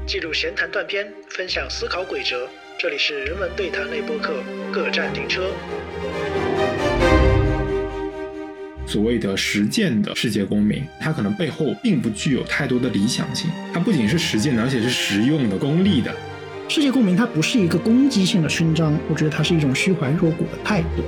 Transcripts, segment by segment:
记录闲谈断片，分享思考轨辙。这里是人文对谈类播客，各站停车。 所谓的实践的世界公民，它可能背后并不具有太多的理想性，它不仅是实践的，而且是实用的、功利的。 世界公民它不是一个攻击性的勋章，我觉得它是一种虚怀若谷的态度。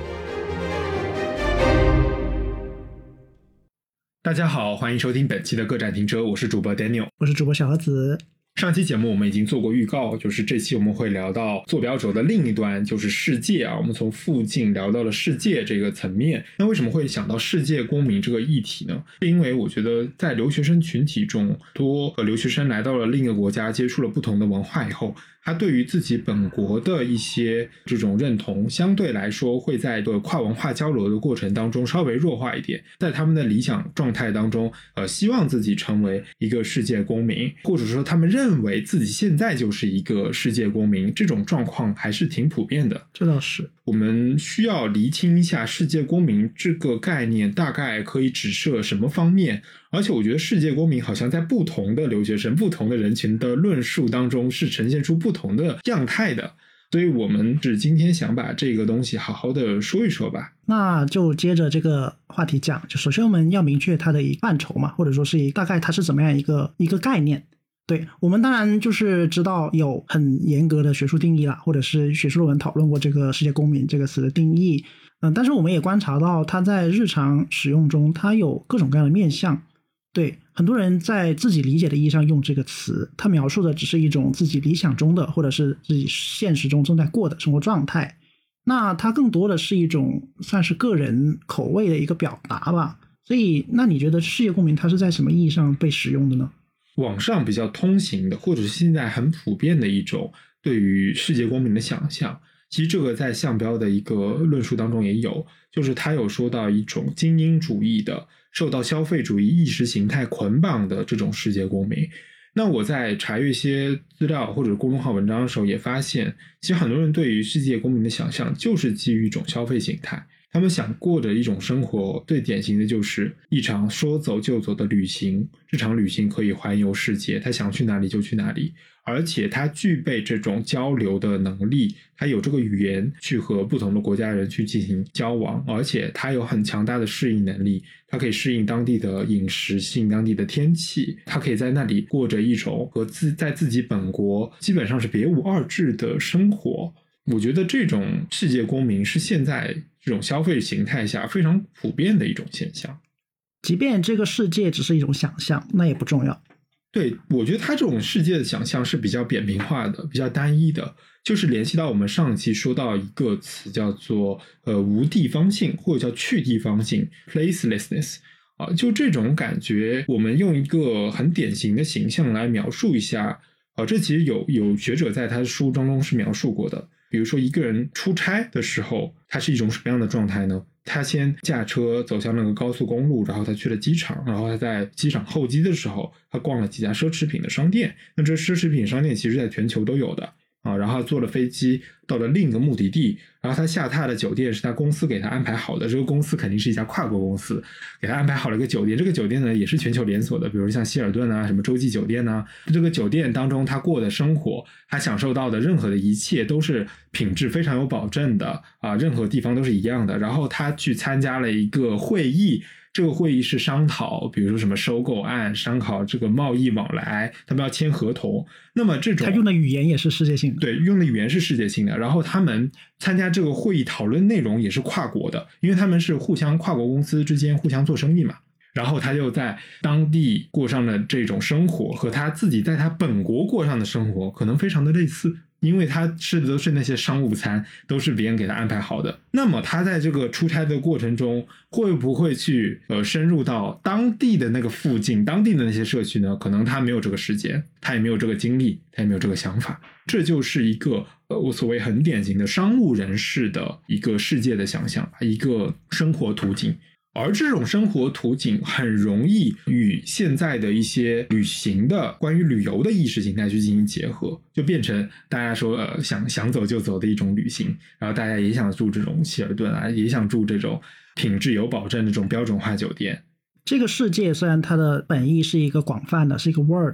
大家好，欢迎收听本期的各站停车，我是主播 Daniel， 我是主播小盒子。 上期节目我们已经做过预告，就是这期我们会聊到坐标轴的另一端，就是世界啊。我们从附近聊到了世界这个层面。那为什么会想到世界公民这个议题呢？是因为我觉得在留学生群体中，多留学生来到了另一个国家，接触了不同的文化以后，他对于自己本国的一些这种认同，相对来说会在跨文化交流的过程当中稍微弱化一点。在他们的理想状态当中，希望自己成为一个世界公民，或者说他们认为自己现在就是一个世界公民，这种状况还是挺普遍的。 这倒是。 我们需要厘清一下世界公民这个概念大概可以指涉什么方面，而且我觉得世界公民好像在不同的留学生、不同的人群的论述当中是呈现出不同的样态的，所以我们今天想把这个东西好好的说一说吧。 那就接着这个话题讲，就首先我们要明确它的一个范畴嘛，或者说是大概它是怎么样一个概念。对，我们当然就是知道有很严格的学术定义啦，或者是学术论文讨论过这个世界公民这个词的定义。但是我们也观察到它在日常使用中它有各种各样的面向。对，很多人在自己理解的意义上用这个词，它描述的只是一种自己理想中的或者是自己现实中正在过的生活状态，那它更多的是一种算是个人口味的一个表达吧。所以那你觉得世界公民它是在什么意义上被使用的呢？ 网上比较通行的，或者是现在很普遍的一种对于世界公民的想象，其实这个在项标的一个论述当中也有，就是他有说到一种精英主义的受到消费主义意识形态捆绑的这种世界公民。那我在查阅一些资料或者公众号文章的时候也发现，其实很多人对于世界公民的想象就是基于一种消费形态，他们想过的一种生活最典型的就是一场说走就走的旅行，这场旅行可以环游世界，他想去哪里就去哪里，而且他具备这种交流的能力，他有这个语言去和不同的国家人去进行交往，而且他有很强大的适应能力，他可以适应当地的饮食，适应当地的天气，他可以在那里过着一种在自己本国基本上是别无二致的生活。我觉得这种世界公民是现在这种消费形态下非常普遍的一种现象。 即便这个世界只是一种想象，那也不重要。 对，我觉得他这种世界的想象是比较扁平化的，比较单一的，就是联系到我们上期说到一个词叫做无地方性，或者叫去地方性 placelessness 就这种感觉，我们用一个很典型的形象来描述一下这其实有学者在他的书当中是描述过的。比如说一个人出差的时候，他是一种什么样的状态呢？他先驾车走向那个高速公路，然后他去了机场，然后他在机场候机的时候，他逛了几家奢侈品的商店。那这奢侈品商店其实在全球都有的然后他坐了飞机到了另一个目的地，然后他下榻的酒店是他公司给他安排好的，这个公司肯定是一家跨国公司，给他安排好了一个酒店，这个酒店呢也是全球连锁的，比如像希尔顿啊，什么洲际酒店啊，这个酒店当中他过的生活，他享受到的任何的一切都是品质非常有保证的任何地方都是一样的。然后他去参加了一个会议，这个会议是商讨比如说什么收购案，商讨这个贸易往来，他们要签合同。那么这种他用的语言也是世界性的。 对，用的语言是世界性的。然后他们参加这个会议讨论内容也是跨国的，因为他们是跨国公司之间互相做生意嘛。然后他就在当地过上的这种生活和他自己在他本国过上的生活可能非常的类似，因为他吃的都是那些商务餐，都是别人给他安排好的。那么他在这个出差的过程中会不会去深入到当地的那个附近，当地的那些社区呢？可能他没有这个时间，他也没有这个精力，他也没有这个想法。这就是一个我所谓很典型的商务人士的一个世界的想象，一个生活途径。而这种生活途径很容易与现在的一些旅行的关于旅游的意识形态去进行结合，就变成大家说想走就走的一种旅行，然后大家也想住这种希尔顿啊，也想住这种品质有保证的这种标准化酒店。 这个世界虽然它的本意是一个广泛的，是一个 word，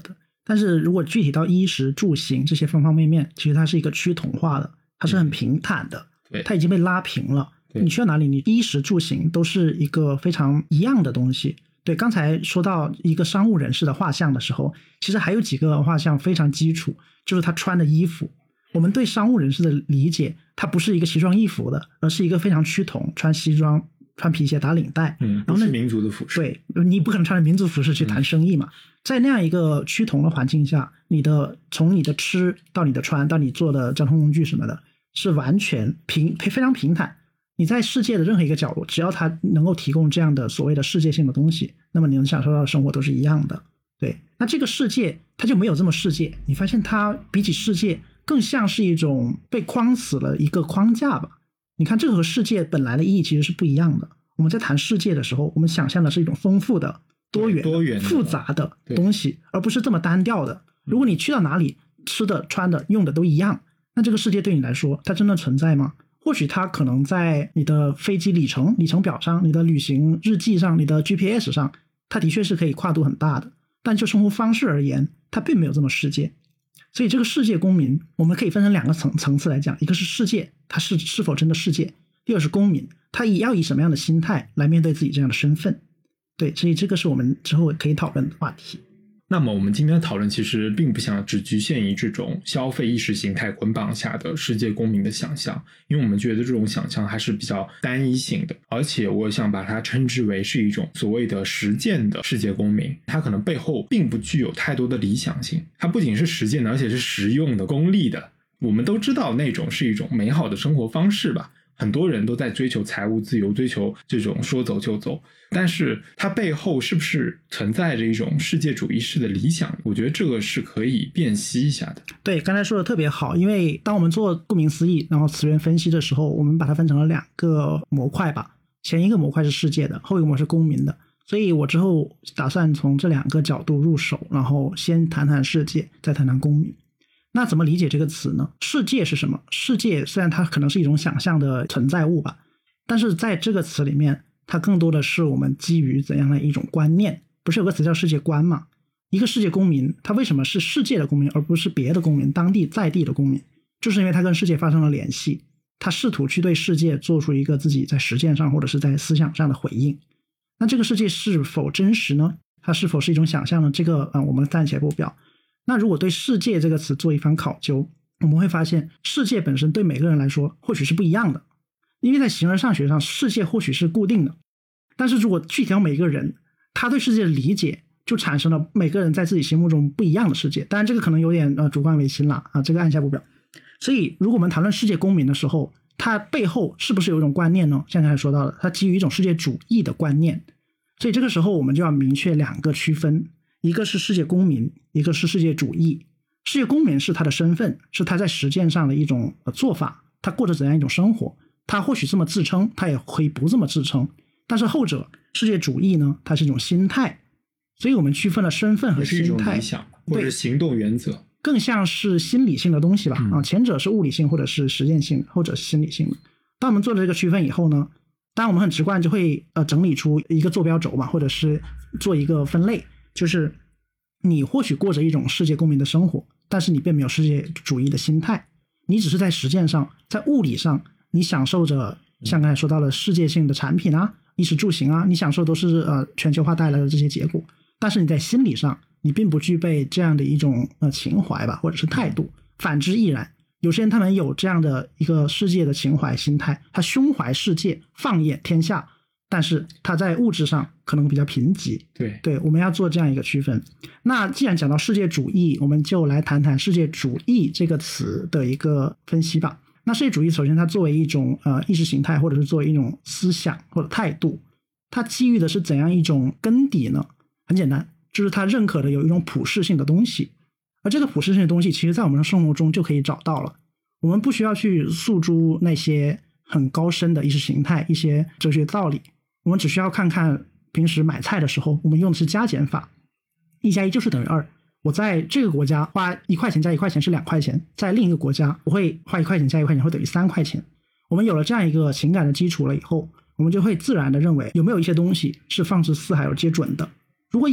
但是如果具体到衣食住行这些方方面面，其实它是一个趋同化的，它是很平坦的，它已经被拉平了。你去到哪里，你衣食住行都是一个非常一样的东西。对，刚才说到一个商务人士的画像的时候，其实还有几个画像非常基础，就是他穿的衣服。我们对商务人士的理解，它不是一个奇装异服的，而是一个非常趋同，穿西装、穿皮鞋、打领带，然后是民族的服饰。 对，你不可能穿着民族服饰去谈生意嘛。在那样一个趋同的环境下，从你的吃到你的穿到你做的交通工具什么的，是完全非常平坦。你在世界的任何一个角落，只要它能够提供这样的所谓的世界性的东西，那么你能享受到的生活都是一样的。对，那这个世界它就没有这么世界，你发现它比起世界更像是一种被框死了一个框架吧。你看这个和世界本来的意义其实是不一样的。我们在谈世界的时候，我们想象的是一种丰富的、多元的、复杂的东西，而不是这么单调的。如果你去到哪里，吃的、穿的、用的都一样，那这个世界对你来说它真的存在吗？或许它可能在你的飞机里程表上、你的旅行日记上、你的 GPS 上，它的确是可以跨度很大的，但就生活方式而言，它并没有这么世界。所以这个世界公民我们可以分成两个层次来讲，一个是世界，它是否真的世界；第二是公民，他要以什么样的心态来面对自己这样的身份。对，所以这个是我们之后可以讨论的话题。 那么我们今天的讨论其实并不想只局限于这种消费意识形态捆绑下的世界公民的想象，因为我们觉得这种想象还是比较单一性的，而且我想把它称之为是一种所谓的实践的世界公民，它可能背后并不具有太多的理想性，它不仅是实践的，而且是实用的、功利的。我们都知道那种是一种美好的生活方式吧，很多人都在追求财务自由，追求这种说走就走，但是它背后是不是存在着一种世界主义式的理想？我觉得这个是可以辨析一下的。 对，刚才说的特别好，因为当我们做顾名思义然后词源分析的时候，我们把它分成了两个模块吧，前一个模块是世界的，后一个模块是公民的。所以我之后打算从这两个角度入手，然后先谈谈世界，再谈谈公民。那怎么理解这个词呢？世界是什么？世界虽然它可能是一种想象的存在物吧，但是在这个词里面，它更多的是我们基于怎样的一种观念。不是有个词叫世界观吗？一个世界公民，他为什么是世界的公民而不是别的公民，当地在地的公民？就是因为他跟世界发生了联系，他试图去对世界做出一个自己在实践上或者是在思想上的回应。那这个世界是否真实呢？它是否是一种想象呢？这个我们暂且不表。那如果对世界这个词做一番考究，我们会发现世界本身对每个人来说或许是不一样的。因为在形而上学上，世界或许是固定的，但是如果具体到每个人，他对世界的理解就产生了每个人在自己心目中不一样的世界。当然这个可能有点主观唯心了这个按下不表。所以如果我们谈论世界公民的时候，它背后是不是有一种观念呢？像刚才说到的，它基于一种世界主义的观念。所以这个时候我们就要明确两个区分，一个是世界公民，一个是世界主义。世界公民是他的身份，是他在实践上的一种做法，他过着怎样一种生活，他或许这么自称，他也可以不这么自称。但是后者世界主义呢，它是一种心态。所以我们区分了身份和心态， 也是一种理想或者行动原则， 更像是心理性的东西吧前者是物理性或者是实践性的，后者是心理性的。当我们做了这个区分以后呢，当然我们很直观就会整理出一个坐标轴嘛，或者是做一个分类，就是你或许过着一种世界公民的生活，但是你并没有世界主义的心态，你只是在实践上，在物理上你享受着像刚才说到了世界性的产品衣食住行你享受都是全球化带来的这些结果，但是你在心理上你并不具备这样的一种情怀吧，或者是态度。反之亦然，有些人他们有这样的一个世界的情怀心态，他胸怀世界，放眼天下，但是他在物质上可能比较贫瘠。对，我们要做这样一个区分。那既然讲到世界主义，我们就来谈谈世界主义这个词的一个分析吧。那世界主义首先它作为一种意识形态，或者是作为一种思想或者态度，它基于的是怎样一种根底呢？很简单，就是它认可的有一种普世性的东西，而这个普世性的东西其实在我们的生活中就可以找到了。我们不需要去诉诸那些很高深的意识形态，一些哲学道理，我们只需要看看平时买菜的时候我们用的是加减法，1+1就是等于2。我在这个国家花1块钱加1块钱是2块钱，在另一个国家我会花1块钱加1块钱会等于3块钱。我们有了这样一个情感的基础了以后，我们就会自然的认为有没有一些东西是放之四海而皆准的。如果有，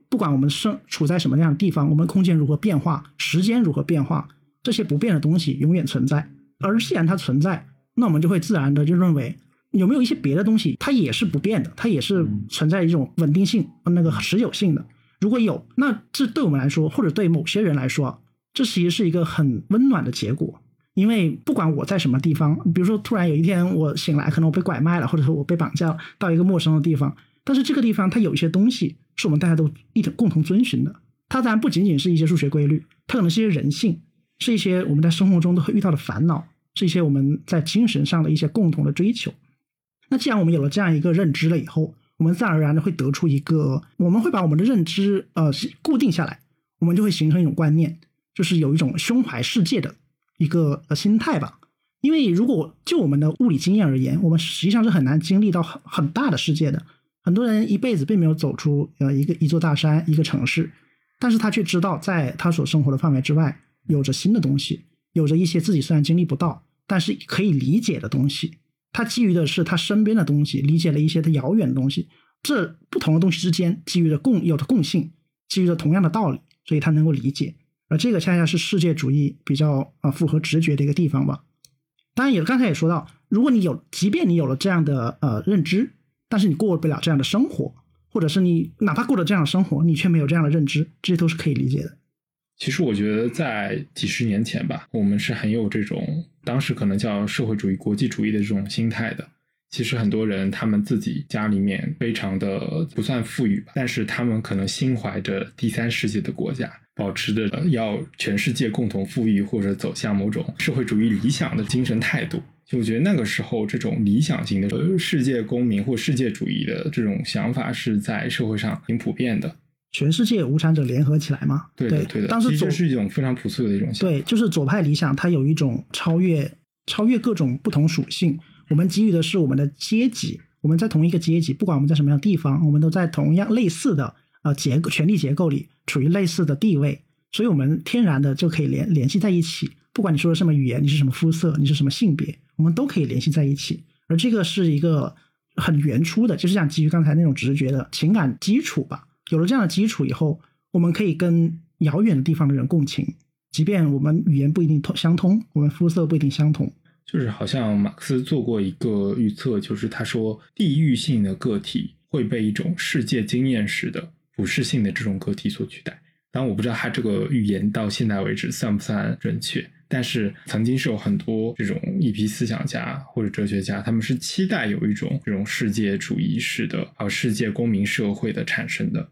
不管我们处在什么样的地方，我们空间如何变化，时间如何变化，这些不变的东西永远存在。而既然它存在，那我们就会自然的就认为有没有一些别的东西它也是不变的，它也是存在一种稳定性那个持久性的。如果有，那这对我们来说，或者对某些人来说，这其实是一个很温暖的结果。因为不管我在什么地方，比如说突然有一天我醒来，可能我被拐卖了，或者说我被绑架到一个陌生的地方，但是这个地方它有一些东西是我们大家都共同遵循的。它当然不仅仅是一些数学规律，它可能是一些人性，是一些我们在生活中都会遇到的烦恼，是一些我们在精神上的一些共同的追求。那既然我们有了这样一个认知了以后，我们自然而然的会得出一个，我们会把我们的认知固定下来，我们就会形成一种观念，就是有一种胸怀世界的一个心态吧。因为如果就我们的物理经验而言，我们实际上是很难经历到很大的世界的。很多人一辈子并没有走出一座大山一个城市，但是他却知道在他所生活的范围之外有着新的东西，有着一些自己虽然经历不到但是可以理解的东西。他基于的是他身边的东西，理解了一些他遥远的东西，这不同的东西之间基于的有着共性，基于的同样的道理，所以他能够理解。而这个恰恰是世界主义比较符合直觉的一个地方吧。当然刚才也说到，如果即便你有了这样的认知，但是你过不了这样的生活，或者是你哪怕过了这样的生活，你却没有这样的认知，这些都是可以理解的。 其实我觉得在几十年前吧，我们是很有这种当时可能叫社会主义国际主义的这种心态的。其实很多人他们自己家里面非常的不算富裕吧，但是他们可能心怀着第三世界的国家，保持着要全世界共同富裕或者走向某种社会主义理想的精神态度。就我觉得那个时候这种理想型的世界公民或世界主义的这种想法是在社会上挺普遍的。 全世界无产者联合起来嘛？ 对的对的， 当时其实是一种非常朴素的一种想法。 对，就是左派理想它有一种超越各种不同属性。我们基于的是我们的阶级，我们在同一个阶级，不管我们在什么样的地方，我们都在同样类似的权力结构里处于类似的地位，所以我们天然的就可以联系在一起。不管你说的什么语言，你是什么肤色，你是什么性别，我们都可以联系在一起。而这个是一个很原初的，就是像基于刚才那种直觉的情感基础吧。有了这样的基础以后，我们可以跟遥远的地方的人共情，即便我们语言不一定相通，我们肤色不一定相同。 就是好像马克思做过一个预测，就是他说地域性的个体会被一种世界经验式的普世性的这种个体所取代。当然我不知道他这个预言到现在为止算不算准确，但是曾经是有很多这种一批思想家或者哲学家，他们是期待有一种这种世界主义式的世界公民社会的产生的。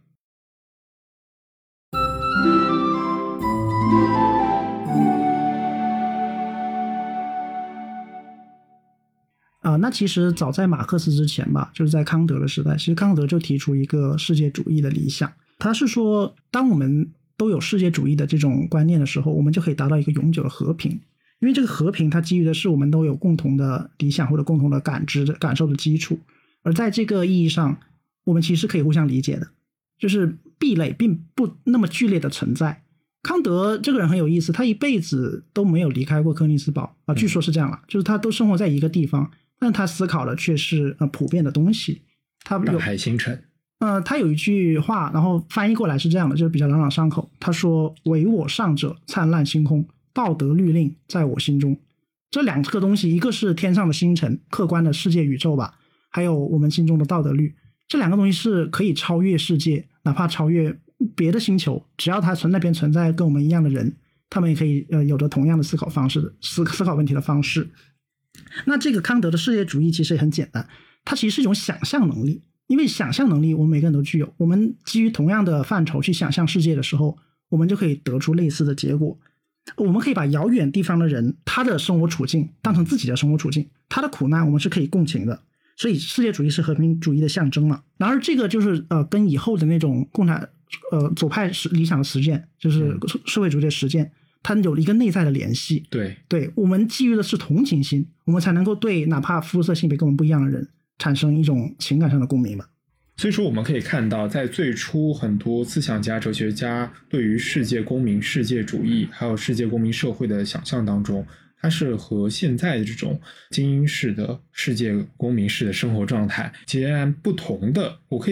那其实早在马克思之前吧，就是在康德的时代，其实康德就提出一个世界主义的理想。他是说，当我们都有世界主义的这种观念的时候，我们就可以达到一个永久的和平。因为这个和平它基于的是我们都有共同的理想或者共同的感受的基础。而在这个意义上，我们其实可以互相理解的，就是壁垒并不那么剧烈的存在。康德这个人很有意思，他一辈子都没有离开过柯尼斯堡据说是这样了，就是他都生活在一个地方，但他思考的却是普遍的东西。他有海星辰。 他有一句话，然后翻译过来是这样的，就是比较朗朗上口。他说：“唯我上者，灿烂星空，道德律令在我心中。”这两个东西，一个是天上的星辰，客观的世界宇宙吧，还有我们心中的道德律。这两个东西是可以超越世界，哪怕超越别的星球，只要它那边存在跟我们一样的人，他们也可以有着同样的思考方式，思考问题的方式。那这个康德的世界主义其实也很简单，它其实是一种想象能力。因为想象能力我们每个人都具有，我们基于同样的范畴去想象世界的时候，我们就可以得出类似的结果。我们可以把遥远地方的人他的生活处境当成自己的生活处境，他的苦难我们是可以共情的，所以世界主义是和平主义的象征嘛。然而这个就是跟以后的那种共产左派理想的实践，就是社会主义的实践，它有一个内在的联系。对，我们基于的是同情心，我们才能够对哪怕肤色性别跟我们不一样的人产生一种情感上的共鸣吧。 所以说我们可以看到，在最初很多思想家哲学家对于世界公民世界主义还有世界公民社会的想象当中，它是和现在的这种精英式的世界公民式的生活状态截然不同的。我可以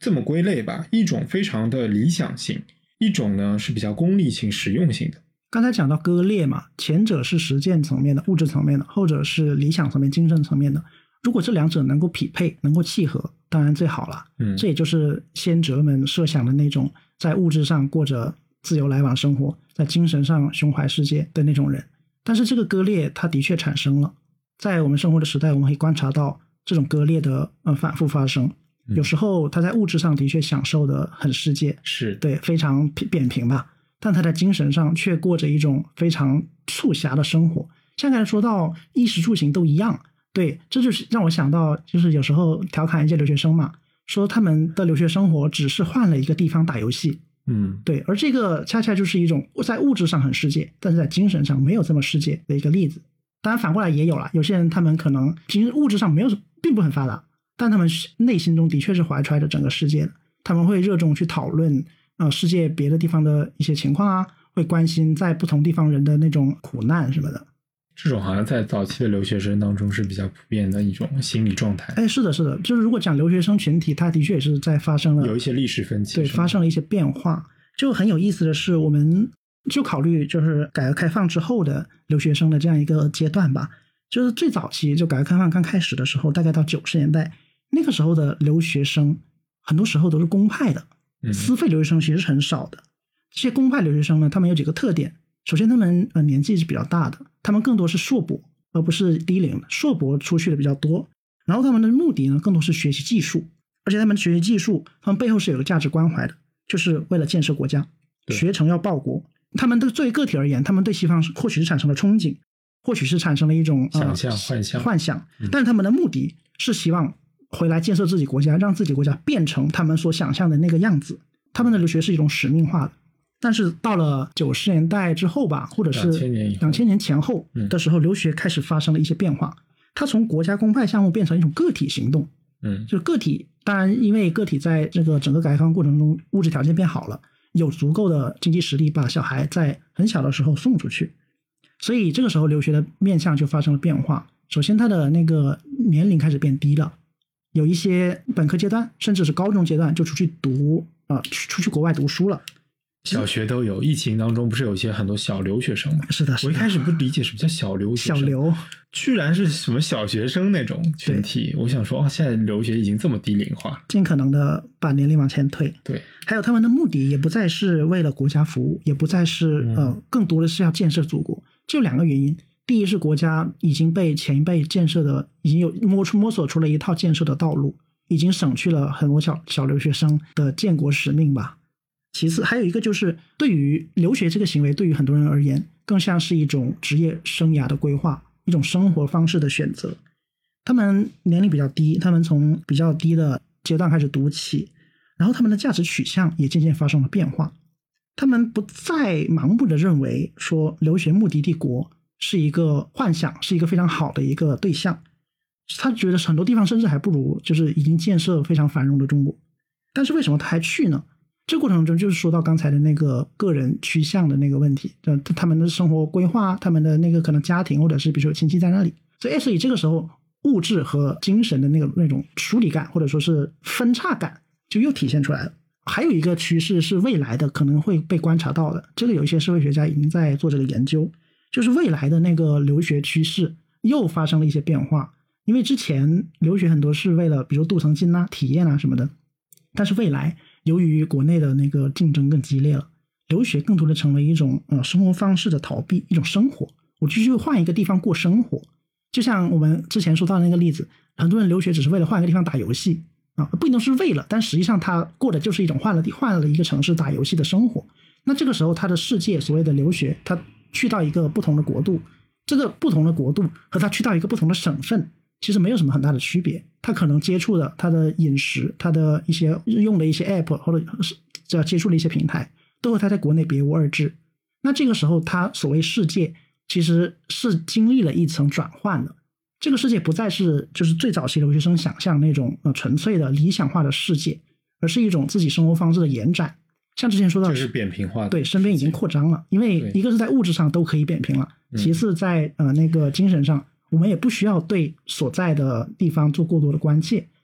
这么归类吧，一种非常的理想性，一种呢是比较功利性实用性的。 刚才讲到割裂嘛，前者是实践层面的物质层面的，后者是理想层面精神层面的。如果这两者能够匹配能够契合，当然最好了。这也就是先哲们设想的那种在物质上过着自由来往生活，在精神上胸怀世界的那种人。但是这个割裂它的确产生了，在我们生活的时代我们可以观察到这种割裂的反复发生。有时候他在物质上的确享受的很世界， 是对非常扁平吧，但他在精神上却过着一种非常促狭的生活。像刚才说到衣食住行都一样，对，这就是让我想到，就是有时候调侃一些留学生嘛，说他们的留学生活只是换了一个地方打游戏，对，而这个恰恰就是一种在物质上很世界，但是在精神上没有这么世界的一个例子。当然反过来也有了，有些人他们可能其实物质上没有并不很发达，但他们内心中的确是怀揣着整个世界的，他们会热衷去讨论世界别的地方的一些情况啊，会关心在不同地方人的那种苦难什么的。 这种好像在早期的留学生当中是比较普遍的一种心理状态。 是的，是的，就是如果讲留学生群体，它的确也是在发生了有一些历史分歧， 对，发生了一些变化。就很有意思的是，我们就考虑就是改革开放之后的留学生的这样一个阶段吧。就是最早期就改革开放刚开始的时候，大概到90年代，那个时候的留学生很多时候都是公派的，私费留学生其实是很少的。这些公派留学生呢，他们有几个特点。首先他们年纪是比较大的，他们更多是硕博而不是低龄的，硕博出去的比较多。然后他们的目的呢更多是学习技术，而且他们学习技术他们背后是有个价值关怀的，就是为了建设国家，学成要报国。他们作为个体而言，他们对西方或许是产生了憧憬，或许是产生了一种想象幻想，但是他们的目的是希望回来建设自己国家，让自己国家变成他们所想象的那个样子。他们的留学是一种使命化的。但是到了90年代之后吧，或者是2000年前后的时候，留学开始发生了一些变化。它从国家公派项目变成一种个体行动。就是个体，当然因为个体在这个整个改革开放过程中物质条件变好了，有足够的经济实力把小孩在很小的时候送出去，所以这个时候留学的面向就发生了变化。首先他的那个年龄开始变低了，有一些本科阶段甚至是高中阶段就出去国外读书了。 小学都有，疫情当中不是有些很多小留学生吗？ 是的， 我一开始不理解什么叫小留学生， 小留居然是什么小学生那种群体。我想说现在留学已经这么低龄化， 尽可能的把年龄往前推。 对， 还有他们的目的也不再是为了国家服务，也不再是更多的是要建设祖国。就2个原因，第一是国家已经被前一辈建设的，已经有摸索出了一套建设的道路，已经省去了很多小留学生的建国使命吧。其次还有一个就是对于留学这个行为，对于很多人而言更像是一种职业生涯的规划，一种生活方式的选择。他们年龄比较低，他们从比较低的阶段开始读起，然后他们的价值取向也渐渐发生了变化。他们不再盲目的认为说留学目的地国是一个幻想，是一个非常好的一个对象，他觉得很多地方甚至还不如就是已经建设非常繁荣的中国。但是为什么他还去呢？这过程中就是说到刚才的那个个人趋向的那个问题，他们的生活规划，他们的那个可能家庭或者是比如说亲戚在那里，所以这个时候物质和精神的那种疏离感或者说是分叉感就又体现出来了。还有一个趋势是未来的可能会被观察到的，这个有一些社会学家已经在做这个研究，就是未来的那个留学趋势又发生了一些变化。因为之前留学很多是为了比如镀层金啊、体验啊什么的，但是未来由于国内的那个竞争更激烈了，留学更多的成为一种生活方式的逃避，一种生活，我就去换一个地方过生活。就像我们之前说到的那个例子，很多人留学只是为了换一个地方打游戏不一定是为了，但实际上他过的就是一种换了一个城市打游戏的生活。那这个时候他的世界所谓的留学，他去到一个不同的国度，这个不同的国度和他去到一个不同的省份其实没有什么很大的区别，他可能接触的他的饮食，他的一些用的一些 app 或者是接触的一些平台都和他在国内别无二致。那这个时候他所谓世界其实是经历了一层转换的，这个世界不再是就是最早期留学生想象那种纯粹的理想化的世界，而是一种自己生活方式的延展。像之前说到就是扁平化的， 对，身边已经扩张了，因为一个是在物质上都可以扁平了，其次在那个精神上我们也不需要对所在的地方做过多的关切，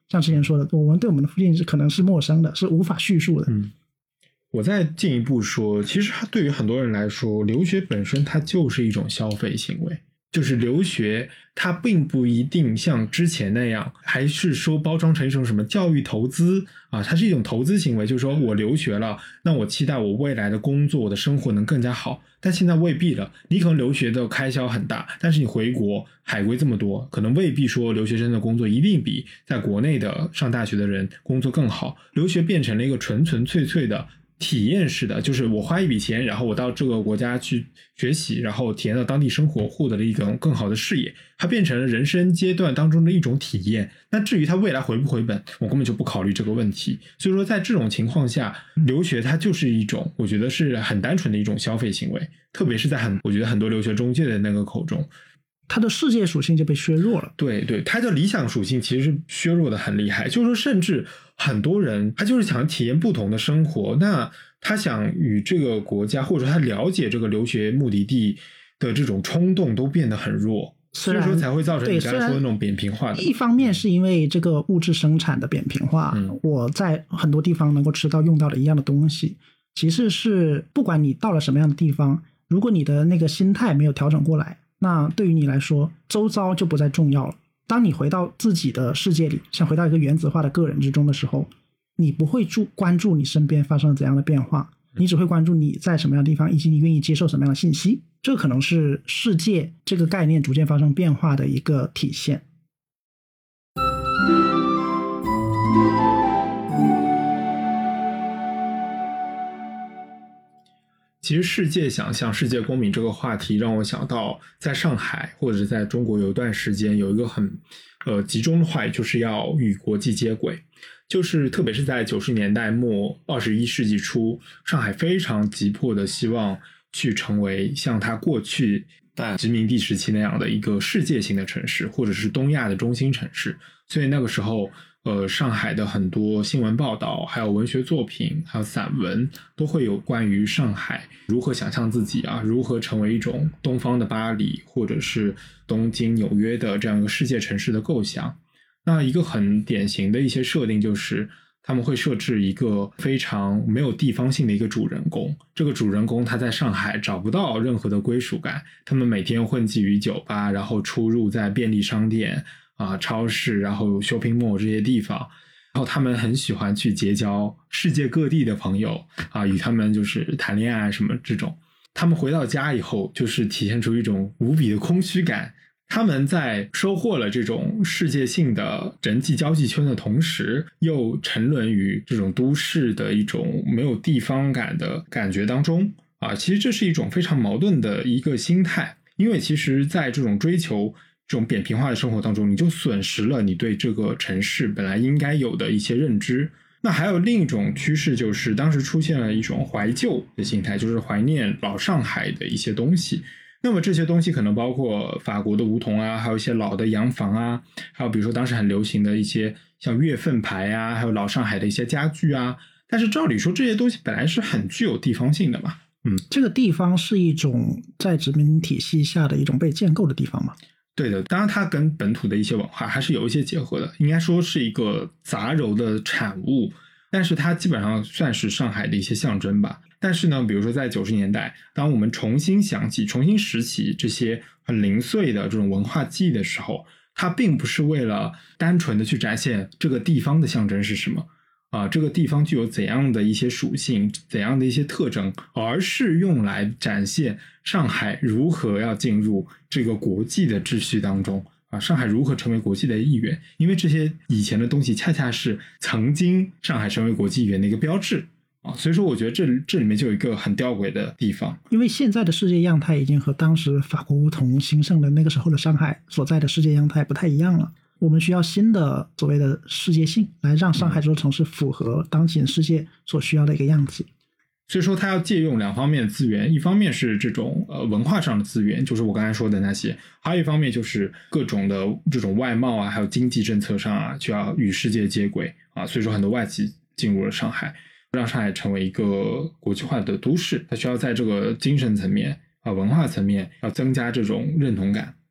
像之前说的，我们对我们的父亲可能是陌生的，是无法叙述的。 我再进一步说，其实对于很多人来说，留学本身它就是一种消费行为。就是留学它并不一定像之前那样还是说包装成一种什么教育投资啊，它是一种投资行为，就是说我留学了，那我期待我未来的工作我的生活能更加好。但现在未必了，你可能留学的开销很大，但是你回国海归这么多，可能未必说留学生的工作一定比在国内的上大学的人工作更好。留学变成了一个纯纯粹粹的体验式的，就是我花一笔钱，然后我到这个国家去学习，然后体验到当地生活，获得了一种更好的视野，它变成了人生阶段当中的一种体验。那至于它未来回不回本，我根本就不考虑这个问题。所以说在这种情况下，留学它就是一种我觉得是很单纯的一种消费行为，特别是在我觉得很多留学中介的那个口中， 它的世界属性就被削弱了。 对对，它的理想属性其实是削弱的很厉害，就是说甚至很多人他就是想体验不同的生活，那他想与这个国家或者他了解这个留学目的地的这种冲动都变得很弱，所以说才会造成你刚才说的那种扁平化的。 一方面是因为这个物质生产的扁平化，我在很多地方能够吃到用到的一样的东西，其次是不管你到了什么样的地方，如果你的那个心态没有调整过来，那对于你来说周遭就不再重要了。当你回到自己的世界里，像回到一个原子化的个人之中的时候，你不会关注你身边发生了怎样的变化，你只会关注你在什么样的地方，以及你愿意接受什么样的信息。这可能是世界这个概念逐渐发生变化的一个体现。 其实世界想象、世界公民这个话题让我想到，在上海或者在中国有一段时间有一个很集中的话语，就是要与国际接轨。就是特别是在90年代末、21世纪初，上海非常急迫的希望去成为像它过去在殖民地时期那样的一个世界性的城市，或者是东亚的中心城市。所以那个时候上海的很多新闻报道，还有文学作品，还有散文，都会有关于上海如何想象自己啊，如何成为一种东方的巴黎，或者是东京、纽约的这样一个世界城市的构想。那一个很典型的一些设定就是他们会设置一个非常没有地方性的一个主人公，这个主人公他在上海找不到任何的归属感，他们每天混迹于酒吧，然后出入在便利商店超市，然后 shopping mall 这些地方，然后他们很喜欢去结交世界各地的朋友与他们就是谈恋爱什么这种。他们回到家以后就是体现出一种无比的空虚感，他们在收获了这种世界性的人际交际圈的同时，又沉沦于这种都市的一种没有地方感的感觉当中其实这是一种非常矛盾的一个心态，因为其实在这种追求这种扁平化的生活当中，你就损失了你对这个城市本来应该有的一些认知。那还有另一种趋势，就是当时出现了一种怀旧的心态，就是怀念老上海的一些东西。那么这些东西可能包括法国的梧桐还有一些老的洋房还有比如说当时很流行的一些像月份牌还有老上海的一些家具但是照理说这些东西本来是很具有地方性的嘛。 这个地方是一种在殖民体系下的一种被建构的地方嘛？ 对的，当然它跟本土的一些文化还是有一些结合的，应该说是一个杂糅的产物，但是它基本上算是上海的一些象征吧。但是呢，比如说在90年代，当我们重新想起、重新拾起这些很零碎的这种文化记忆的时候，它并不是为了单纯的去展现这个地方的象征是什么这个地方具有怎样的一些属性、怎样的一些特征，而是用来展现上海如何要进入这个国际的秩序当中上海如何成为国际的一员，因为这些以前的东西恰恰是曾经上海成为国际一员的一个标志所以说我觉得这里面就有一个很吊诡的地方， 因为现在的世界样态已经和当时法国梧桐兴盛的那个时候的上海所在的世界样态不太一样了，我们需要新的所谓的世界性来让上海这座城市符合当前世界所需要的一个样子。 所以说它要借用两方面的资源，一方面是这种文化上的资源，就是我刚才说的那些，还有一方面就是各种的这种外贸还有经济政策上就要与世界接轨所以说很多外企进入了上海，让上海成为一个国际化的都市，它需要在这个精神层面文化层面要增加这种认同感。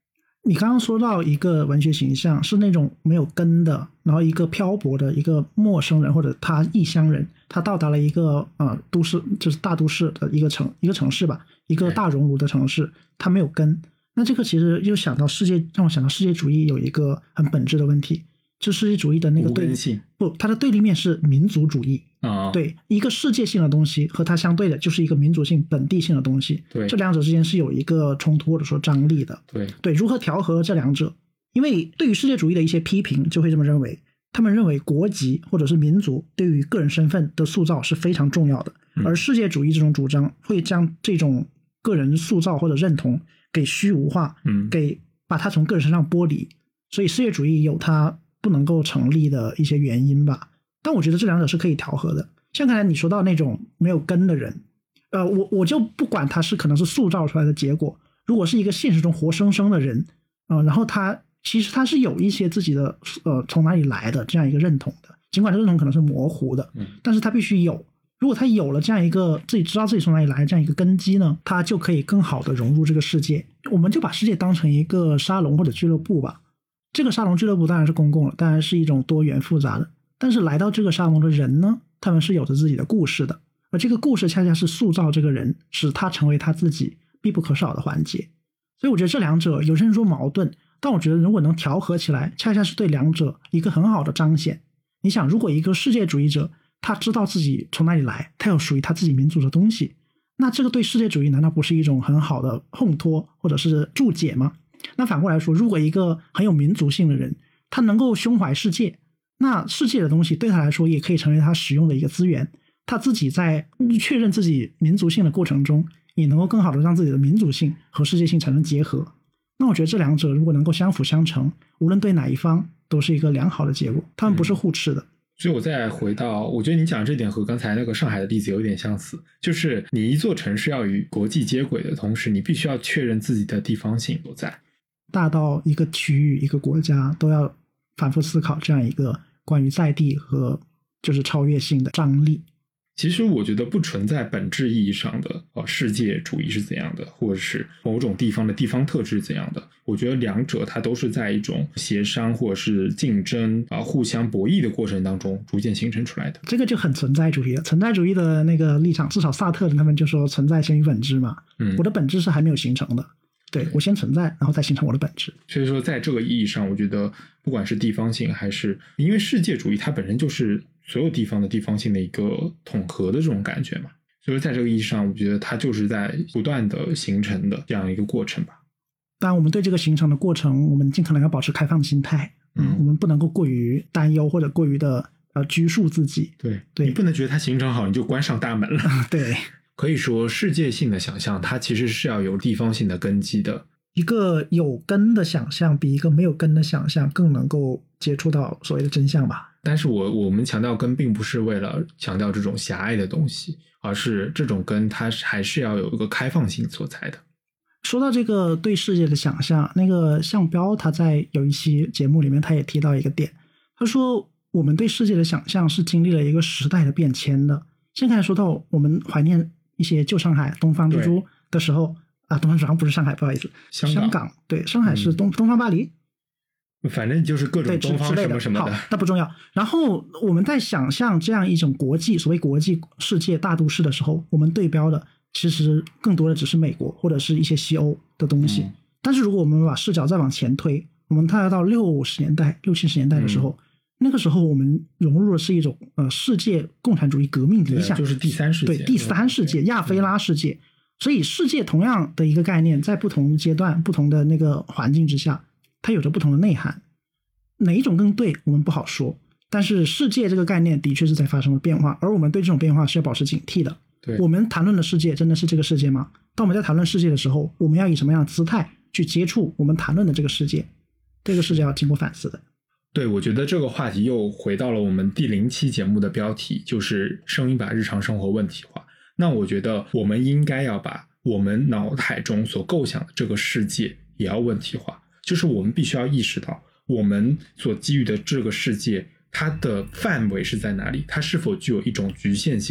你刚刚说到一个文学形象是那种没有根的，然后一个漂泊的一个陌生人或者他异乡人，他到达了一个都市，就是大都市的一个城市吧，一个大熔炉的城市，他没有根。那这个其实又让我想到世界主义有一个很本质的问题，就世界主义的那个对立，它的对立面是民族主义。对，一个世界性的东西和它相对的就是一个民族性本地性的东西， 对， 这两者之间是有一个冲突或者说张力的。对，如何调和这两者？因为对于世界主义的一些批评就会这么认为，他们认为国籍或者是民族对于个人身份的塑造是非常重要的，而世界主义这种主张会将这种个人塑造或者认同给虚无化，给把它从个人身上剥离，所以世界主义有它不能够成立的一些原因吧。但我觉得这两者是可以调和的。像刚才你说到那种没有根的人，我就不管他是可能是塑造出来的结果，如果是一个现实中活生生的人，然后他其实他是有一些自己的从哪里来的这样一个认同的，尽管这认同可能是模糊的，但是他必须有。如果他有了这样一个自己知道自己从哪里来的这样一个根基呢，他就可以更好的融入这个世界。我们就把世界当成一个沙龙或者俱乐部吧。这个沙龙俱乐部当然是公共了，当然是一种多元复杂的，但是来到这个沙龙的人呢，他们是有着自己的故事的，而这个故事恰恰是塑造这个人，使他成为他自己必不可少的环节。所以我觉得这两者有些人说矛盾，但我觉得如果能调和起来，恰恰是对两者一个很好的彰显。你想，如果一个世界主义者他知道自己从哪里来，他有属于他自己民族的东西，那这个对世界主义难道不是一种很好的烘托或者是注解吗？那反过来说，如果一个很有民族性的人，他能够胸怀世界，那世界的东西对他来说也可以成为他使用的一个资源，他自己在确认自己民族性的过程中，也能够更好的让自己的民族性和世界性产生结合。那我觉得这两者如果能够相辅相成，无论对哪一方都是一个良好的结果，他们不是互斥的。 所以我再回到，我觉得你讲这点和刚才那个上海的例子有点相似，就是你一座城市要与国际接轨的同时，你必须要确认自己的地方性所在。 大到一个区域一个国家都要反复思考这样一个关于在地和就是超越性的张力。 其实我觉得不存在本质意义上的世界主义是怎样的，或者是某种地方的地方特质怎样的。我觉得两者它都是在一种协商或者是竞争互相博弈的过程当中逐渐形成出来的。 这个就很存在主义了。存在主义的那个立场，至少萨特他们就说存在先于本质嘛。我的本质是还没有形成的，对，我先存在然后再形成我的本质。所以说在这个意义上，我觉得不管是地方性还是因为世界主义它本身就是所有地方的地方性的一个统合的这种感觉嘛，所以在这个意义上我觉得它就是在不断的形成的这样一个过程吧。 当然我们对这个形成的过程我们尽可能要保持开放的心态，我们不能够过于担忧或者过于的拘束自己。对， 你不能觉得它形成好你就关上大门了。 对， 可以说世界性的想象它其实是要有地方性的根基的。 一个有根的想象比一个没有根的想象更能够接触到所谓的真相吧。 但是我们强调根并不是为了强调这种狭隘的东西，而是这种根它还是要有一个开放性所在的。 说到这个对世界的想象，那个向彪他在有一期节目里面他也提到一个点，他说我们对世界的想象是经历了一个时代的变迁的。现在说到我们怀念一些旧上海东方之珠的时候东方之珠不是上海，不好意思，香港，对，上海是东方巴黎， 反正就是各种东方什么什么的， 好，那不重要。然后我们在想象这样一种国际所谓国际世界大都市的时候，我们对标的其实更多的只是美国或者是一些西欧的东西。但是如果我们把视角再往前推，我们看到60年代60、70年代的时候，那个时候我们融入的是一种世界共产主义革命理想， 就是第三世界， 对，第三世界，亚非拉世界。所以世界同样的一个概念，在不同阶段不同的那个环境之下，它有着不同的内涵。哪一种更对我们不好说，但是世界这个概念的确是在发生了变化，而我们对这种变化是要保持警惕的。 对， 我们谈论的世界真的是这个世界吗？当我们在谈论世界的时候，我们要以什么样的姿态去接触我们谈论的这个世界？这个世界要经过反思的。 对，我觉得这个话题又回到了我们第0期节目的标题，就是声音把日常生活问题化。那我觉得我们应该要把我们脑海中所构想的这个世界也要问题化，就是我们必须要意识到我们所基于的这个世界它的范围是在哪里，它是否具有一种局限性，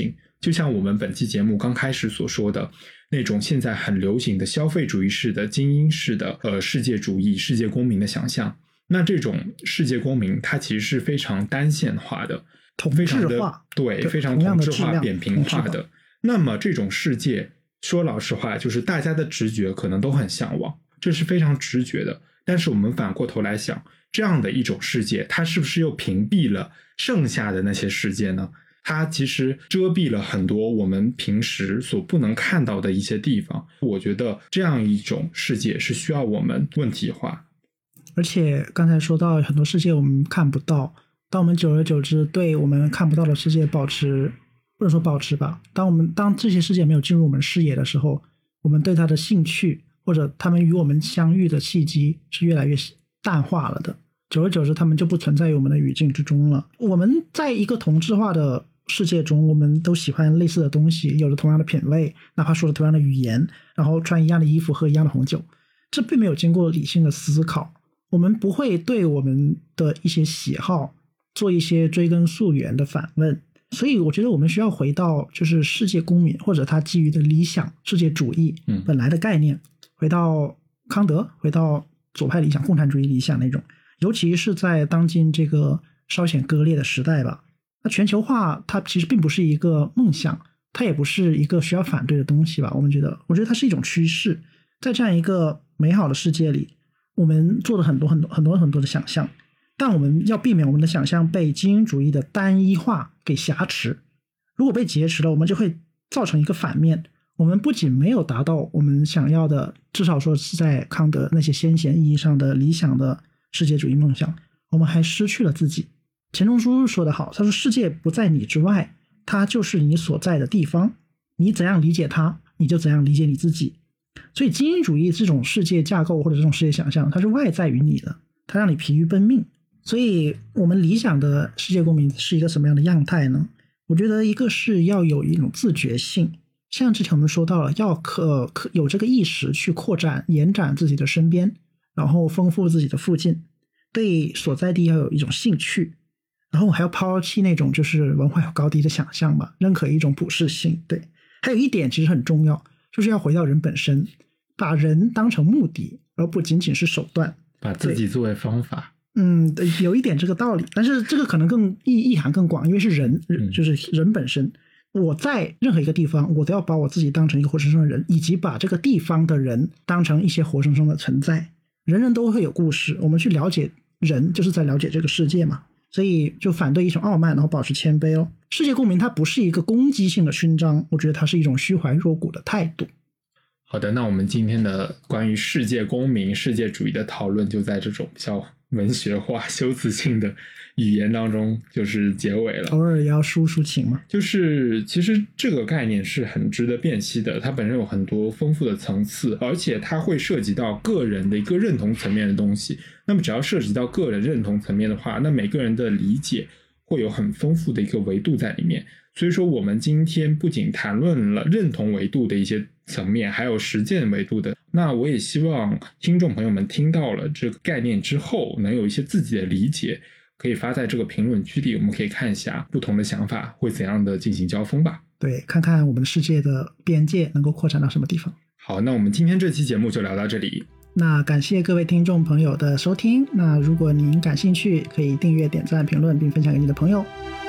就像我们本期节目刚开始所说的那种现在很流行的消费主义式的精英式的世界主义世界公民的想象，那这种世界公民它其实是非常单线化的， 同质化， 对，非常同质化扁平化的。那么这种世界说老实话就是大家的直觉可能都很向往，这是非常直觉的，但是我们反过头来想，这样的一种世界它是不是又屏蔽了剩下的那些世界呢？它其实遮蔽了很多我们平时所不能看到的一些地方。我觉得这样一种世界是需要我们问题化。 而且刚才说到很多世界我们看不到，当我们久而久之对我们看不到的世界保持，或者说保持吧，当这些世界没有进入我们视野的时候，我们对它的兴趣或者他们与我们相遇的契机是越来越淡化了的，久而久之他们就不存在于我们的语境之中了。我们在一个同质化的世界中，我们都喜欢类似的东西，有着同样的品味，哪怕说着同样的语言，然后穿一样的衣服，喝一样的红酒，这并没有经过理性的思考。我们不会对我们的一些喜好做一些追根溯源的反问，所以我觉得我们需要回到就是世界公民或者他基于的理想世界主义本来的概念，回到康德，回到左派理想共产主义理想那种，尤其是在当今这个稍显割裂的时代吧。那全球化它其实并不是一个梦想，它也不是一个需要反对的东西吧。我觉得它是一种趋势。在这样一个美好的世界里，我们做了很多的想象，但我们要避免我们的想象被精英主义的单一化给挟持。如果被劫持了，我们就会造成一个反面，我们不仅没有达到我们想要的，至少说是在康德那些先贤意义上的理想的世界主义梦想，我们还失去了自己。钱钟书说得好，他说世界不在你之外，它就是你所在的地方，你怎样理解它，你就怎样理解你自己。所以精英主义这种世界架构或者这种世界想象，它是外在于你的，它让你疲于奔命。所以我们理想的世界公民是一个什么样的样态呢？我觉得一个是要有一种自觉性，像之前我们说到了，要有这个意识去扩展延展自己的身边，然后丰富自己的附近，对所在地要有一种兴趣，然后还要抛弃那种就是文化有高低的想象吧，认可一种普适性。对，还有一点其实很重要，就是要回到人本身，把人当成目的，而不仅仅是手段， 把自己作为方法。 对，有一点这个道理，但是这个可能更意涵更广，因为是人，就是人本身。我在任何一个地方，我都要把我自己当成一个活生生的人，以及把这个地方的人当成一些活生生的存在。人人都会有故事，我们去了解人，就是在了解这个世界嘛。所以就反对一种傲慢，然后保持谦卑哦。世界公民它不是一个攻击性的勋章，我觉得它是一种虚怀若谷的态度。 好的，那我们今天的关于世界公民世界主义的讨论就在这种比较文学化修辞性的语言当中就是结尾了。 偶尔也要抒情嘛。 就是其实这个概念是很值得辨析的，它本身有很多丰富的层次，而且它会涉及到个人的一个认同层面的东西。那么只要涉及到个人认同层面的话，那每个人的理解会有很丰富的一个维度在里面。所以说我们今天不仅谈论了认同维度的一些层面，还有实践维度的。那我也希望听众朋友们听到了这个概念之后能有一些自己的理解，可以发在这个评论区里，我们可以看一下不同的想法会怎样的进行交锋吧。 对，看看我们世界的边界能够扩展到什么地方。 好，那我们今天这期节目就聊到这里。 那感谢各位听众朋友的收听，那如果您感兴趣，可以订阅、点赞、评论并分享给你的朋友。